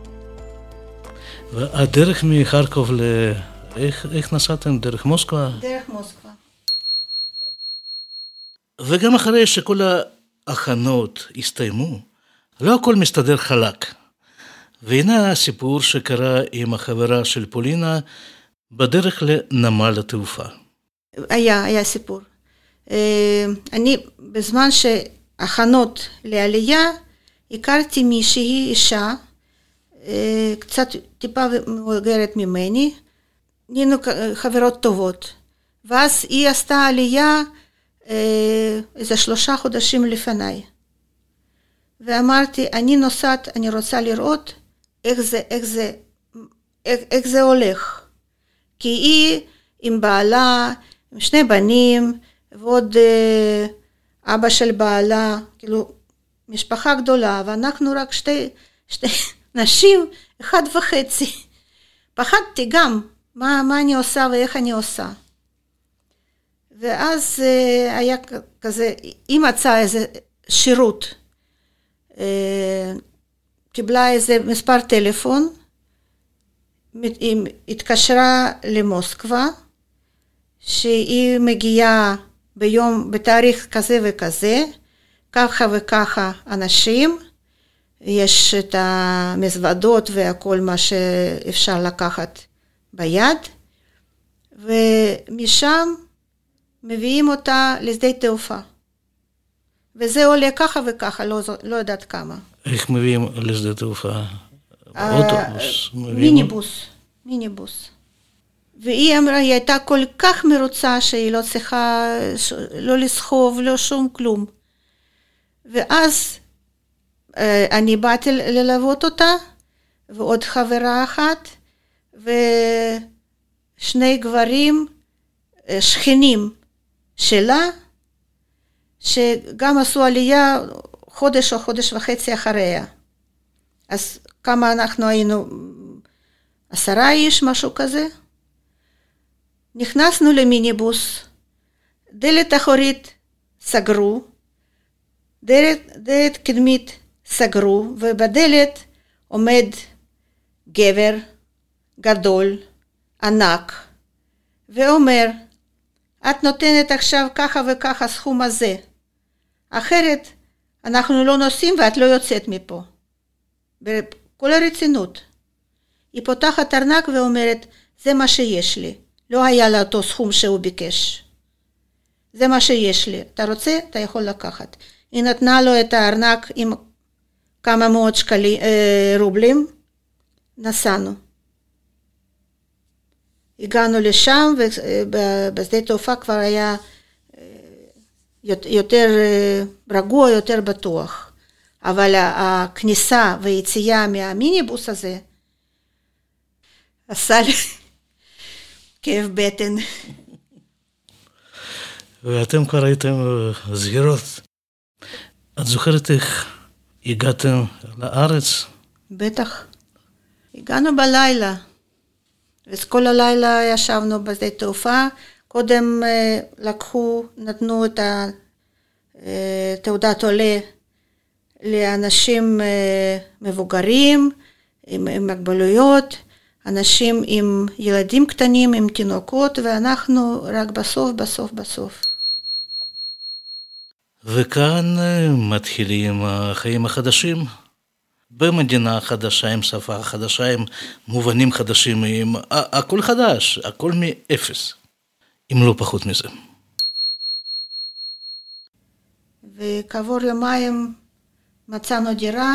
והדרך מחרקוב ל... איך, איך נסעתם? דרך מוסקבה? דרך מוסקבה. וגם אחרי שכל ההכנות הסתיימו, לא הכל מסתדר חלק. והנה הסיפור שקרה עם החברה של פולינה בדרך לנמל התעופה. היה, היה סיפור. אני, בזמן שהכנות לעלייה, הכרתי מישהי אישה, קצת טיפה מבוגרת ממני, נהיינו חברות טובות. ואז היא עשתה עלייה איזה שלושה חודשים לפניי. ואמרתי, אני נוסעת, אני רוצה לראות איך זה, איך זה, איך, איך זה הולך. כי היא עם בעלה, עם שני בנים, ועוד אה, אבא של בעלה, כאילו משפחה גדולה, ואנחנו רק שתי, שתי נשים, אחד וחצי. פחדתי גם, מה, מה אני עושה ואיך אני עושה. ואז אה, היה כזה, היא מצאה איזה שירות, קיבלה איזה מספר טלפון, היא התקשרה למוסקבה, שהיא מגיעה ביום, בתאריך כזה וכזה, ככה וככה אנשים, יש את המזוודות והכל מה שאפשר לקחת ביד, ומשם מביאים אותה לשדה תעופה. וזה עולה ככה וככה, לא, לא יודעת כמה. איך מביאים לשדה תעופה? אוטובוס? מיניבוס, מיניבוס. והיא אמרה, היא הייתה כל כך מרוצה שהיא לא צריכה לא לסחוב, לא שום כלום. ואז אני באתי ללוות אותה, ועוד חברה אחת, ושני גברים שכנים שלה, שגם עשו עלייה חודש או חודש וחצי אחריה. אז כמה אנחנו היינו, עשרה איש, משהו כזה. נכנסנו למיניבוס, דלת אחורית סגרו, דלת, דלת קדמית סגרו, ובדלת עומד גבר גדול, ענק, ואומר, את נותנת עכשיו ככה וככה סכום הזה, אחרת אנחנו לא נוסעים ואת לא יוצאת מפה. בכל הרצינות. היא פותחת ארנק ואומרת, זה מה שיש לי. לא היה לה אותו סכום שהוא ביקש. זה מה שיש לי. אתה רוצה? אתה יכול לקחת. היא נתנה לו את הארנק עם כמה מאות שקלים, אה, רובלים. נסענו. הגענו לשם, ובשדה תעופה כבר היה יותר רגוע, יותר בטוח. אבל הכניסה והיציאה מהמיניבוס הזה, עשה לי כאב בטן. ואתם כבר הייתם זהירות. את זוכרת איך הגעתם לארץ? בטח. הגענו בלילה. אז כל הלילה ישבנו בשדה תעופה, קודם לקחו, נתנו את תעודת עולה לאנשים מבוגרים, עם, עם מגבלויות, אנשים עם ילדים קטנים, עם תינוקות, ואנחנו רק בסוף, בסוף, בסוף. וכאן מתחילים החיים החדשים. במדינה חדשה, עם שפה חדשה, עם מובנים חדשים, עם הכל חדש, הכל מאפס, אם לא פחות מזה. וכעבור יומיים מצאנו דירה.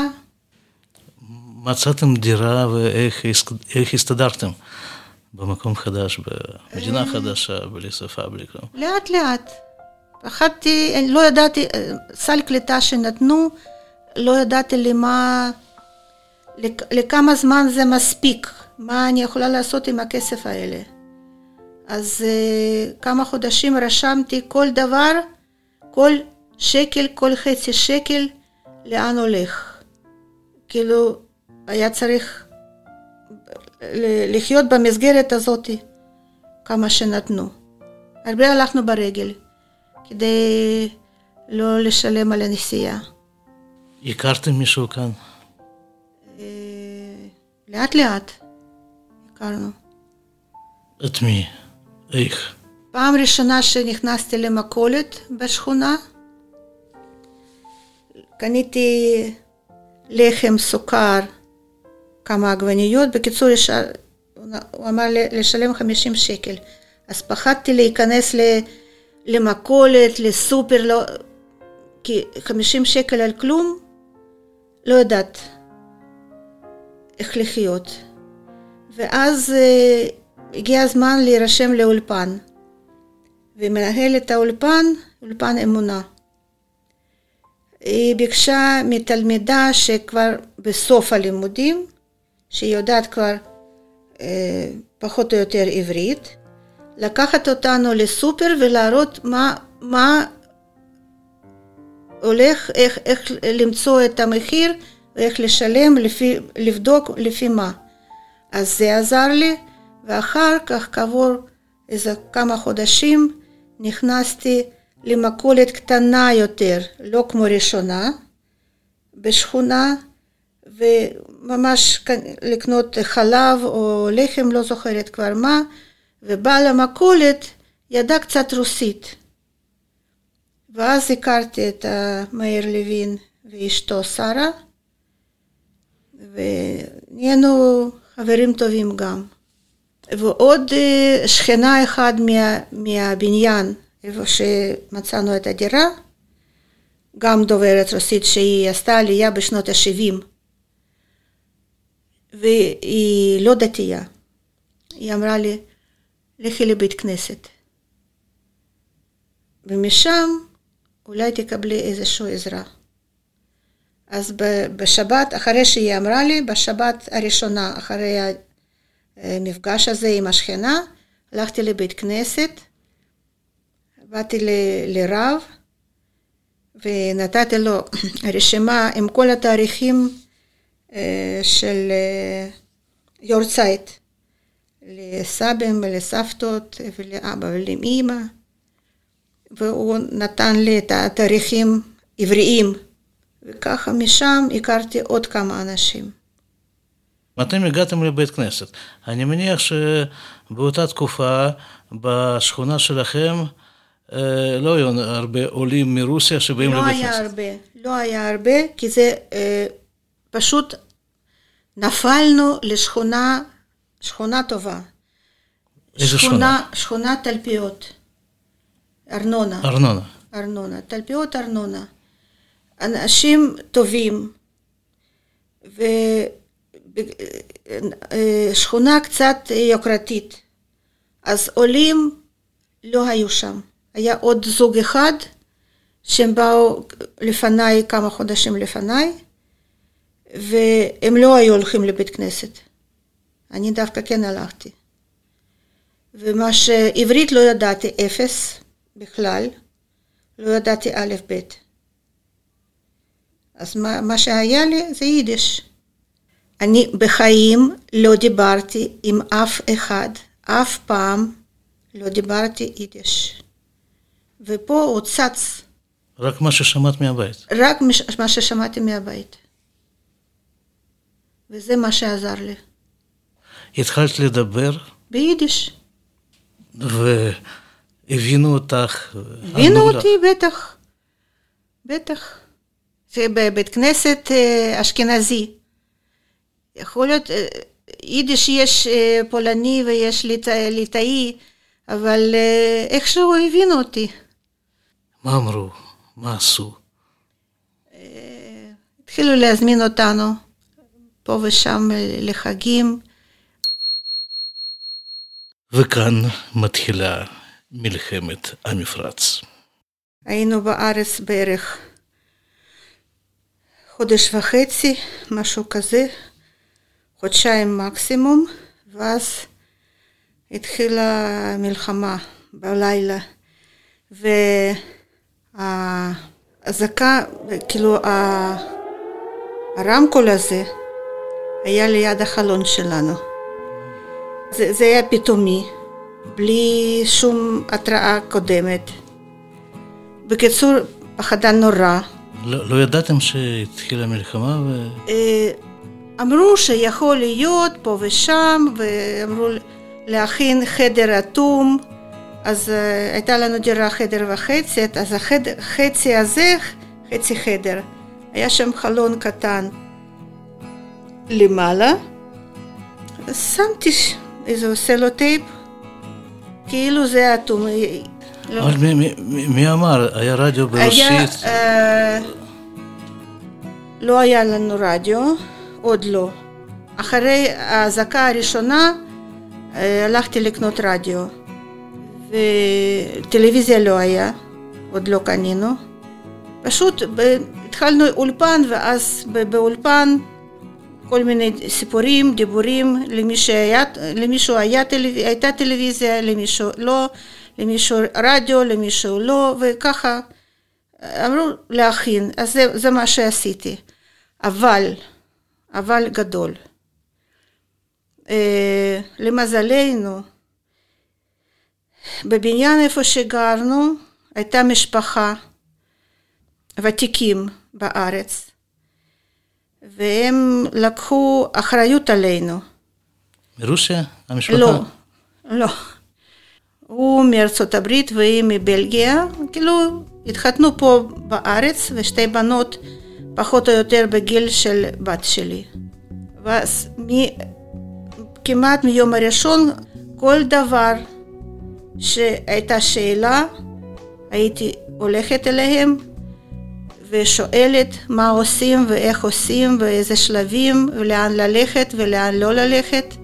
מצאתם דירה ואיך הסתדרתם? במקום חדש, במדינה חדשה, בלי שפה, בלי כלום. לאט לאט. פחדתי, לא ידעתי, סל קליטה שנתנו, לא ידעתי למה, לכמה זמן זה מספיק, מה אני יכולה לעשות עם הכסף האלה. אז כמה חודשים רשמתי כל דבר, כל שקל, כל חצי שקל, לאן הולך. כאילו, היה צריך לחיות במסגרת הזאת כמה שנתנו. הרבה הלכנו ברגל, כדי לא לשלם על הנסיעה. הכרתם מישהו כאן? לאט לאט הכרנו. את מי? איך? פעם ראשונה שנכנסתי למכולת בשכונה, קניתי לחם, סוכר, כמה עגבניות. בקיצור, הוא אמר לשלם חמישים שקל. אז פחדתי להיכנס למכולת, לסופר, לא, כי חמישים שקל על כלום, לא יודעת איך לחיות. ואז אה, הגיע הזמן להירשם לאולפן. ומנהל את האולפן, אולפן אמונה. היא ביקשה מתלמידה שכבר בסוף הלימודים, שהיא יודעת כבר אה, פחות או יותר עברית, לקחת אותנו לסופר ולהראות מה, מה הולך, איך, איך למצוא את המחיר ואיך לשלם, לפי, לבדוק לפי מה. אז זה עזר לי, ואחר כך כעבור איזה כמה חודשים נכנסתי למכולת קטנה יותר, לא כמו ראשונה, בשכונה, וממש לקנות חלב או לחם, לא זוכרת כבר מה, ובעל המכולת ידע קצת רוסית. ואז הכרתי את מאיר לוין ואשתו שרה, ונהיינו חברים טובים גם. ועוד שכנה אחד מה, מהבניין, איפה שמצאנו את הדירה, גם דוברת רוסית, שהיא עשתה עלייה בשנות ה-שבעים. והיא לא דתייה. היא אמרה לי, לכי לבית כנסת. ומשם אולי תקבלי איזושהי עזרה. אז בשבת, אחרי שהיא אמרה לי, בשבת הראשונה, אחרי המפגש הזה עם השכנה, הלכתי לבית כנסת, באתי ל- לרב, ונתתי לו רשימה עם כל התאריכים של יורצייט, לסבים ולסבתות ולאבא ולאמא, והוא נתן לי את התאריכים עבריים, וככה משם הכרתי עוד כמה אנשים. אתם הגעתם לבית כנסת. אני מניח שבאותה תקופה בשכונה שלכם לא היו הרבה עולים מרוסיה שבאים לא לבית היה כנסת. הרבה, לא היה הרבה, כי זה אה, פשוט נפלנו לשכונה, שכונה טובה. איזה שכונה? שכונה? שכונת תלפיות. ארנונה. ארנונה. ארנונה. תלפיות ארנונה. אנשים טובים. ושכונה קצת יוקרתית. אז עולים לא היו שם. היה עוד זוג אחד, שהם באו לפניי, כמה חודשים לפניי, והם לא היו הולכים לבית כנסת. אני דווקא כן הלכתי. ומה שעברית לא ידעתי אפס בכלל, לא ידעתי א' ב'. אז מה, מה שהיה לי זה יידיש. אני בחיים לא דיברתי עם אף אחד, אף פעם לא דיברתי יידיש. ופה הוא צץ. רק מה ששמעת מהבית. רק מה ששמעתי מהבית. וזה מה שעזר לי. התחלת לדבר? ביידיש. והבינו אותך? הבינו אותי, בטח. בטח. זה בבית כנסת אשכנזי. יכול להיות, יידיש יש פולני ויש ליטאי, אבל איכשהו הבינו אותי. מה אמרו? מה עשו? התחילו להזמין אותנו פה ושם לחגים. וכאן מתחילה מלחמת המפרץ. היינו בארץ בערך חודש וחצי, משהו כזה, חודשיים מקסימום, ואז התחילה מלחמה בלילה, והזעקה, כאילו הרמקול הזה היה ליד החלון שלנו. זה, זה היה פתאומי, בלי שום התראה קודמת. בקיצור, פחדה נורא. לא, לא ידעתם שהתחילה מלחמה? ו... אמרו שיכול להיות פה ושם, ואמרו להכין חדר אטום, אז uh, הייתה לנו דירה חדר וחצי, אז החצי הזה, חצי חדר, היה שם חלון קטן למעלה, אז שמתי איזה סלוטייפ, כאילו זה אטום. אבל לא. מי, מי, מי אמר? היה רדיו ברוסית? היה, uh, לא היה לנו רדיו, עוד לא. אחרי ההזעקה הראשונה, uh, הלכתי לקנות רדיו. וטלוויזיה לא היה, עוד לא קנינו. פשוט התחלנו אולפן, ואז באולפן כל מיני סיפורים, דיבורים, למי שהיה, למישהו היה, הייתה טלוויזיה, למישהו לא, למישהו רדיו, למישהו לא, וככה אמרו להכין. אז זה, זה מה שעשיתי. אבל, אבל גדול. אה, למזלנו, בבניין איפה שגרנו, הייתה משפחה ותיקים בארץ, והם לקחו אחריות עלינו. מרוסיה? המשפחה? לא, לא. הוא מארצות הברית והיא מבלגיה, כאילו התחתנו פה בארץ, ושתי בנות פחות או יותר בגיל של בת שלי. ואז מ... כמעט מיום הראשון, כל דבר שהייתה שאלה, הייתי הולכת אליהם ושואלת מה עושים ואיך עושים ואיזה שלבים ולאן ללכת ולאן לא ללכת.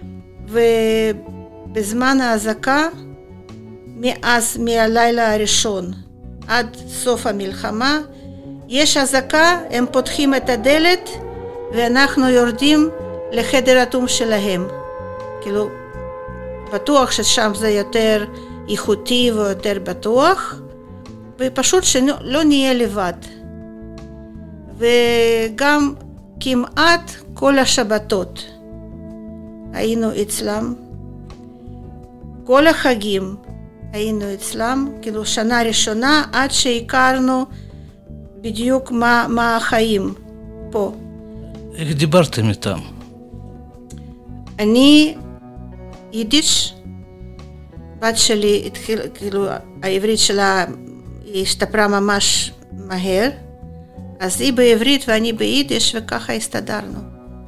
ובזמן ההזעקה, מאז מהלילה הראשון עד סוף המלחמה, יש הזעקה, הם פותחים את הדלת ואנחנו יורדים לחדר אטום שלהם. כאילו בטוח ששם זה יותר איכותי ויותר בטוח, ופשוט שלא נהיה לבד. וגם כמעט כל השבתות היינו אצלם, כל החגים היינו אצלם, כאילו שנה ראשונה עד שהכרנו בדיוק מה, מה החיים פה. איך דיברתם איתם? אני יידיש, בת שלי התחיל, כאילו העברית שלה השתפרה ממש מהר, אז היא בעברית ואני ביידיש, וככה הסתדרנו.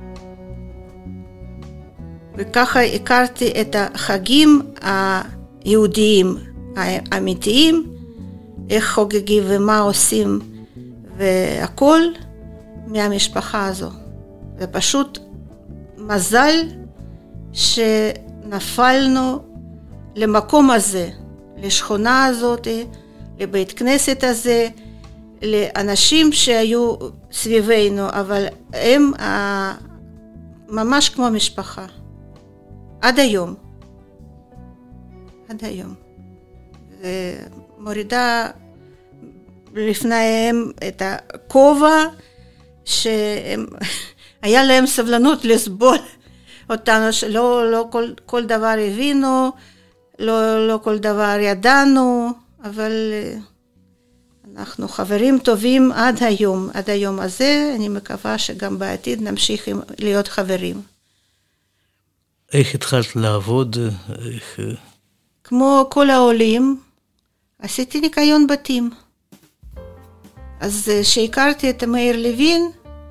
וככה הכרתי את החגים היהודיים האמיתיים, איך חוגגים ומה עושים, והכל מהמשפחה הזו. ופשוט מזל שנפלנו למקום הזה, לשכונה הזאת, לבית כנסת הזה, לאנשים שהיו סביבנו, אבל הם ממש כמו משפחה. עד היום. עד היום. ומורידה לפניהם את הכובע, שהיה להם סבלנות לסבול אותנו, שלא לא כל, כל דבר הבינו, לא, לא כל דבר ידענו, אבל אנחנו חברים טובים עד היום, עד היום הזה. אני מקווה שגם בעתיד נמשיך להיות חברים. איך התחלת לעבוד? איך... כמו כל העולים, עשיתי ניקיון בתים. אז כשהכרתי את מאיר לוין,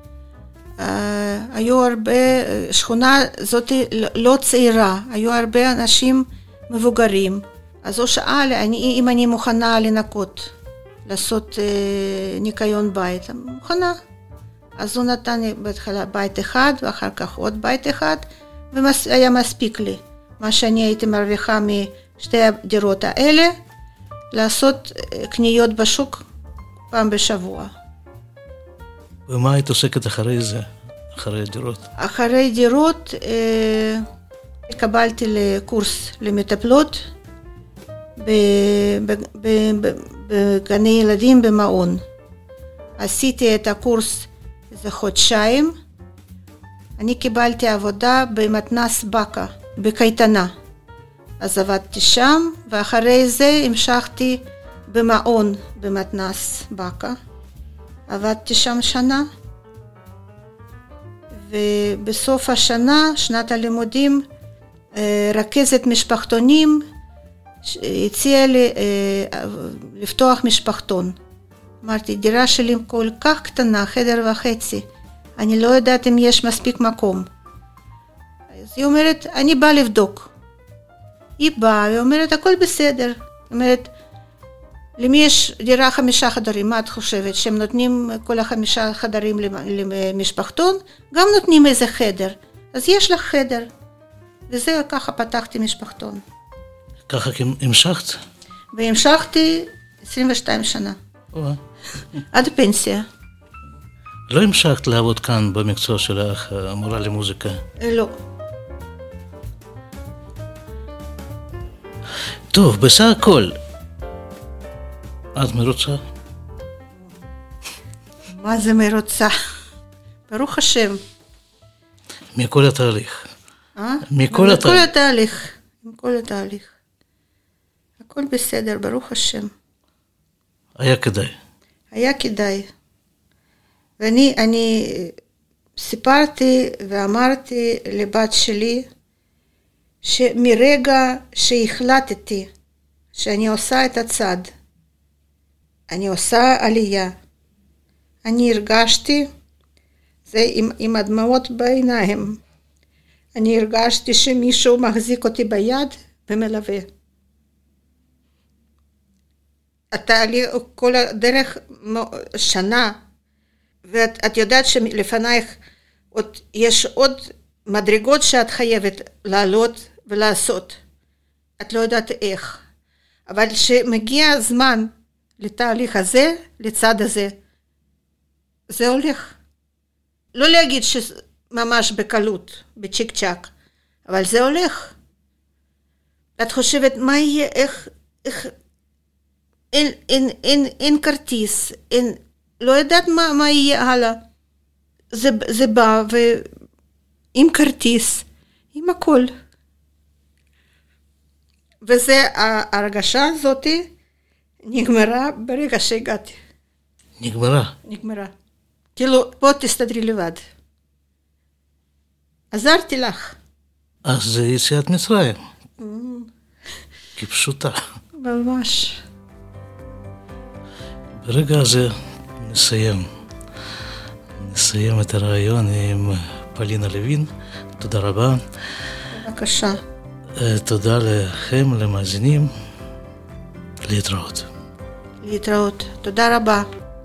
היו הרבה, שכונה זאת לא צעירה, היו הרבה אנשים מבוגרים. אז הוא שאל אני, אם אני מוכנה לנקות, לעשות ניקיון בית. מוכנה. אז הוא נתן לי בהתחלה בית אחד, ואחר כך עוד בית אחד, והיה מספיק לי. מה שאני הייתי מרוויחה משתי הדירות האלה, לעשות קניות בשוק פעם בשבוע. ומה היית עוסקת אחרי זה, אחרי דירות? אחרי דירות, אה, קבלתי לקורס למטפלות, בגני ילדים במעון. עשיתי את הקורס איזה חודשיים. אני קיבלתי עבודה במתנ"ס בקה, בקייטנה. אז עבדתי שם, ואחרי זה המשכתי במעון במתנ"ס בקה. עבדתי שם שנה, ובסוף השנה, שנת הלימודים, רכזת משפחתונים, הציעה לי לפתוח משפחתון. אמרתי, דירה שלי כל כך קטנה, חדר וחצי, אני לא יודעת אם יש מספיק מקום. אז היא אומרת, אני באה לבדוק. היא באה, היא אומרת, הכל בסדר. היא אומרת, למי יש דירה חמישה חדרים, מה את חושבת? שהם נותנים כל החמישה חדרים למשפחתון, גם נותנים איזה חדר. אז יש לך חדר. וזה ככה פתחתי משפחתון. ככה המשכת? והמשכתי עשרים ושתיים שנה. עד פנסיה. לא המשכת לעבוד כאן במקצוע שלך, המורה למוזיקה? לא. טוב, בסך הכל, את מרוצה? מה זה מרוצה? ברוך השם. מכל התהליך. אה? מכל התהליך. מכל התהליך. מכל התהליך. הכל בסדר, ברוך השם. היה כדאי. היה כדאי. ואני אני סיפרתי ואמרתי לבת שלי, שמרגע שהחלטתי שאני עושה את הצד, אני עושה עלייה, אני הרגשתי, זה עם, עם הדמעות בעיניים, אני הרגשתי שמישהו מחזיק אותי ביד ומלווה. אתה לי כל הדרך שנה, ואת את יודעת שלפנייך עוד, יש עוד מדרגות שאת חייבת לעלות ולעשות. את לא יודעת איך. אבל שמגיע הזמן לתהליך הזה, לצד הזה, זה הולך. לא להגיד שממש בקלות, בצ'יק צ'ק, אבל זה הולך. את חושבת מה יהיה, איך, איך, אין, אין, אין, אין כרטיס, אין, לא יודעת מה, מה יהיה הלאה. זה, זה בא ועם כרטיס, עם הכל. וזה, ההרגשה הזאת נגמרה ברגע שהגעתי. נגמרה? נגמרה. כאילו, בוא תסתדרי לבד. עזרתי לך. אז זה יציאת מצרים. Mm. כפשוטה. ממש. ברגע הזה נסיים. נסיים את הרעיון עם פלינה לוין. תודה רבה. בבקשה. תודה לכם, למאזינים. להתראות. להתראות. תודה רבה.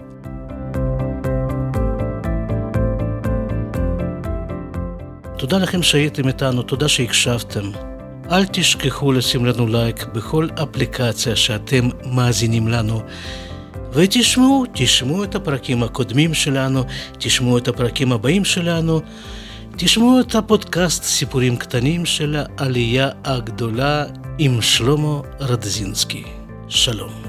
תודה לכם שהייתם איתנו, תודה שהקשבתם. אל תשכחו לשים לנו לייק בכל אפליקציה שאתם מאזינים לנו. ותשמעו, תשמעו את הפרקים הקודמים שלנו, תשמעו את הפרקים הבאים שלנו, תשמעו את הפודקאסט סיפורים קטנים של העלייה הגדולה עם שלמה רדזינסקי. שלום.